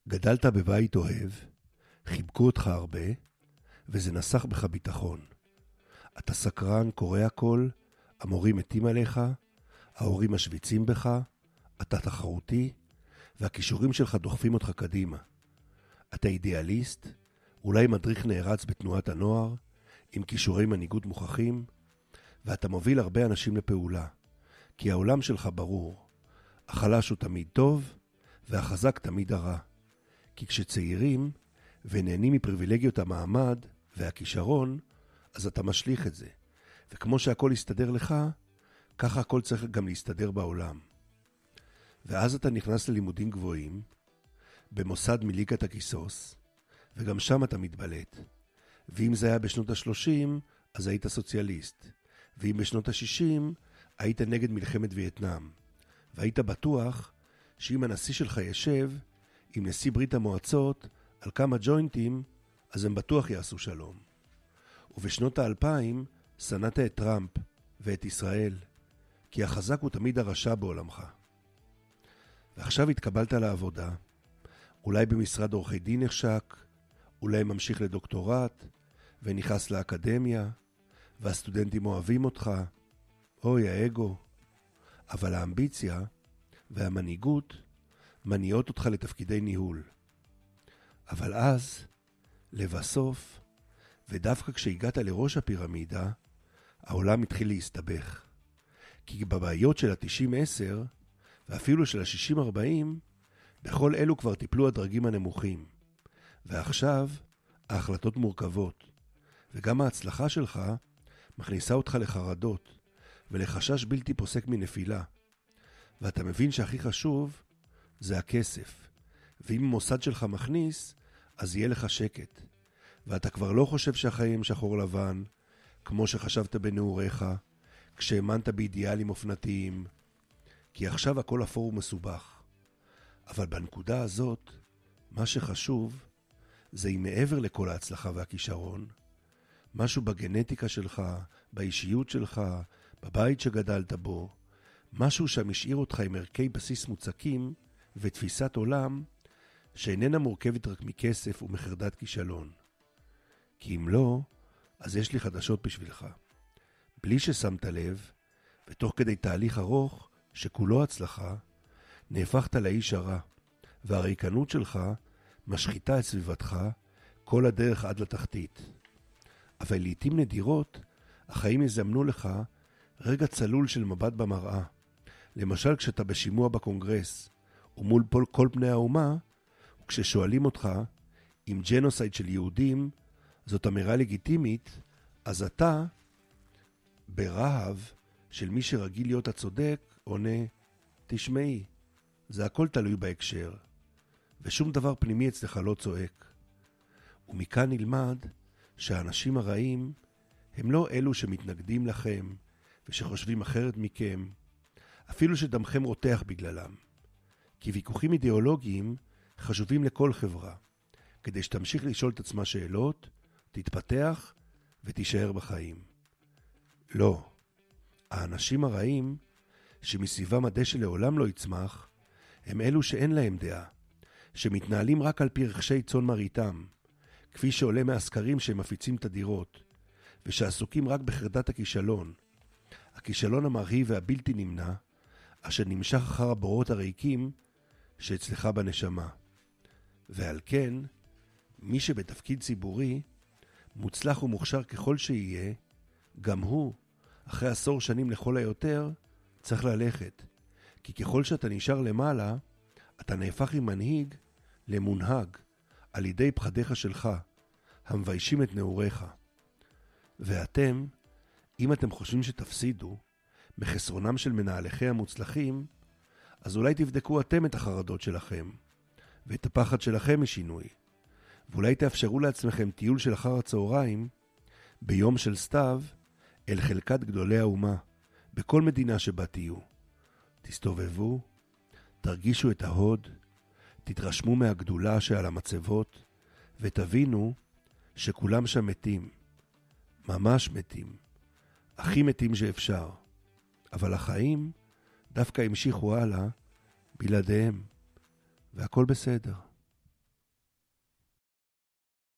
גדלת בבית אוהב, חיבקו אותך הרבה, וזה נסח בך ביטחון. אתה סקרן, קורא הכל, המורים מתים עליך, ההורים משוויצים בך, אתה תחרותי, והכישורים שלך דוחפים אותך קדימה. אתה אידיאליסט, אולי מדריך נערץ בתנועת הנוער, עם כישורי מנהיגות מוכחים, ואתה מוביל הרבה אנשים לפעולה, כי העולם שלך ברור. החלש הוא תמיד טוב, והחזק תמיד הרע. כי כשצעירים ונהנים מפריבילגיות המעמד והכישרון, אז אתה משליך את זה. וכמו שהכל יסתדר לך, ככה הכל צריך גם להסתדר בעולם. ואז אתה נכנס ללימודים גבוהים, במוסד מליגת הכיסוס, וגם שם אתה מתבלט. ואם זה היה בשנות ה-30, אז היית סוציאליסט. ואם בשנות ה-60, היית נגד מלחמת וייטנאם. והיית בטוח שאם הנשיא שלך ישב עם נשיא ברית המועצות על כמה ג'וינטים, אז הם בטוח יעשו שלום. ובשנות ה-2000 שנאת את טראמפ ואת ישראל, כי החזק הוא תמיד הרשע בעולמך. ועכשיו התקבלת לעבודה, אולי במשרד עורכי דין נחשק, אולי ממשיך לדוקטורט, ונכנס לאקדמיה, והסטודנטים אוהבים אותך, אוי האגו. אבל האמביציה והמנהיגות מניעות אותך לתפקידי ניהול. אבל אז, לבסוף, ודווקא כשהגעת לראש הפירמידה, העולם התחיל להסתבך. כי בבעיות של ה-90-10, ואפילו של ה-60-40, בכל אלו כבר טיפלו הדרגים הנמוכים. ועכשיו, ההחלטות מורכבות. וגם ההצלחה שלך מכניסה אותך לחרדות, ולחשש בלתי פוסק מנפילה. ואתה מבין שהכי חשוב זה הכסף. ואם המוסד שלך מכניס, אז יהיה לך שקט. ואתה כבר לא חושב שהחיים שחור לבן, כמו שחשבת בנעוריך, כשהאמנת באידיאלים אופנתיים, כי עכשיו הכל אפור ומסובך. אבל בנקודה הזאת, מה שחשוב, זה אם מעבר לכל ההצלחה והכישרון, משהו בגנטיקה שלך, באישיות שלך, בבית שגדלת בו, משהו שם השאיר אותך עם ערכי בסיס מוצקים ותפיסת עולם שאיננה מורכבת רק מכסף ומחרדת כישלון. כי אם לא, אז יש לי חדשות בשבילך. בלי ששמת לב, ותוך כדי תהליך ארוך שכולו הצלחה, נהפכת לאיש הרע, והריקנות שלך משחיתה את סביבתך כל הדרך עד לתחתית. אבל לעתים נדירות, החיים יזמנו לך רגע צלול של מבט במראה. למשל כשאתה בשימוע בקונגרס, ומול כל פני האומה, וכששואלים אותך אם ג'נוסייד של יהודים זאת אמירה לגיטימית, אז אתה, ברהב של מי שרגיל להיות הצודק, עונה, תשמעי, זה הכל תלוי בהקשר, ושום דבר פנימי אצלך לא צועק. ומכאן נלמד שהאנשים הרעים הם לא אלו שמתנגדים לכם ושחושבים אחרת מכם, אפילו שדמכם רותח בגללם. כי ויכוחים אידיאולוגיים חשובים לכל חברה, כדי שתמשיך לשאול את עצמה שאלות, תתפתח ותישאר בחיים. לא, האנשים הרעים שמסביבם הדשא לעולם לא יצמח, הם אלו שאין להם דעה, שמתנהלים רק על פי רכשי צאן מרעיתם, כפי שעולה מהסקרים שהם מפיצים את הדירות, ושעסוקים רק בחרדת הכישלון, הכישלון המרהיב והבלתי נמנע, אשר נמשך אחר הבורות הריקים שאצלך בנשמה. ועל כן, מי שבתפקיד ציבורי, מוצלח ומוכשר ככל שיהיה, גם הוא, אחרי 10 שנים לכל היותר, צריך ללכת. כי ככל שאתה נשאר למעלה, אתה נהפך עם מנהיג למונהג, על ידי פחדיך שלך, המביישים את נעוריך. ואתם, אם אתם חושבים שתפסידו, בחסרונם של מנהליכי המוצלחים, אז אולי תבדקו אתם את החרדות שלכם, ואת הפחד שלכם משינוי, ואולי תאפשרו לעצמכם טיול של אחר הצהריים, ביום של סתיו, אל חלקת גדולי האומה, בכל מדינה שבה תהיו. תסתובבו, תרגישו את ההוד, תתרשמו מהגדולה שעל המצבות, ותבינו שכולם שם מתים, ממש מתים, הכי מתים שאפשר. אבל החיים דווקא המשיכו הלאה בלעדיהם, והכל בסדר.